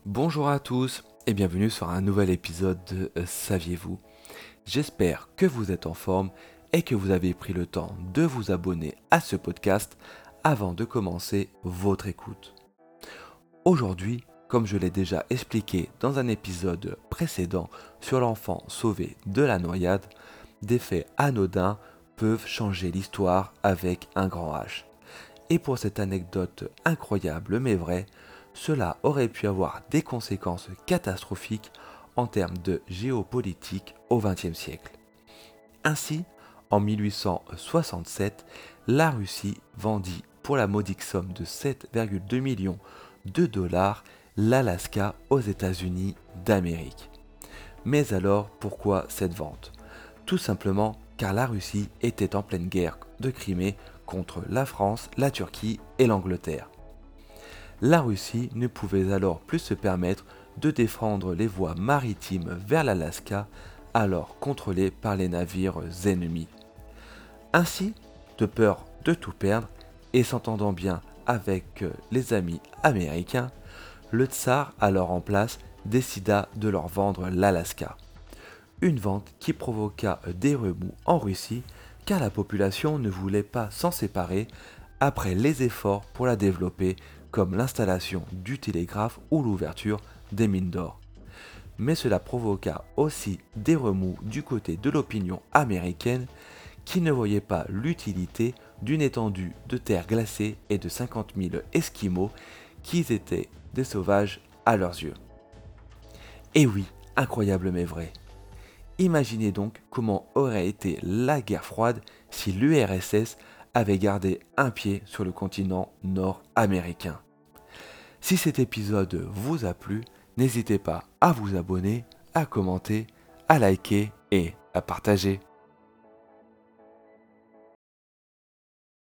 Bonjour à tous et bienvenue sur un nouvel épisode de Saviez-vous? J'espère que vous êtes en forme et que vous avez pris le temps de vous abonner à ce podcast avant de commencer votre écoute. Aujourd'hui, comme je l'ai déjà expliqué dans un épisode précédent sur l'enfant sauvé de la noyade, des faits anodins peuvent changer l'histoire avec un grand H. Et pour cette anecdote incroyable mais vraie, cela aurait pu avoir des conséquences catastrophiques en termes de géopolitique au XXe siècle. Ainsi, en 1867, la Russie vendit pour la modique somme de 7,2 millions de dollars l'Alaska aux États-Unis d'Amérique. Mais alors, pourquoi cette vente? Tout simplement car la Russie était en pleine guerre de Crimée contre la France, la Turquie et l'Angleterre. La Russie ne pouvait alors plus se permettre de défendre les voies maritimes vers l'Alaska, alors contrôlées par les navires ennemis. Ainsi, de peur de tout perdre et s'entendant bien avec les amis américains, le tsar alors en place décida de leur vendre l'Alaska. Une vente qui provoqua des remous en Russie car la population ne voulait pas s'en séparer après les efforts pour la développer comme l'installation du télégraphe ou l'ouverture des mines d'or. Mais cela provoqua aussi des remous du côté de l'opinion américaine qui ne voyait pas l'utilité d'une étendue de terre glacée et de 50 000 Esquimaux qui étaient des sauvages à leurs yeux. Et oui, incroyable mais vrai. Imaginez donc comment aurait été la guerre froide si l'URSS avait gardé un pied sur le continent nord-américain. Si cet épisode vous a plu, n'hésitez pas à vous abonner, à commenter, à liker et à partager.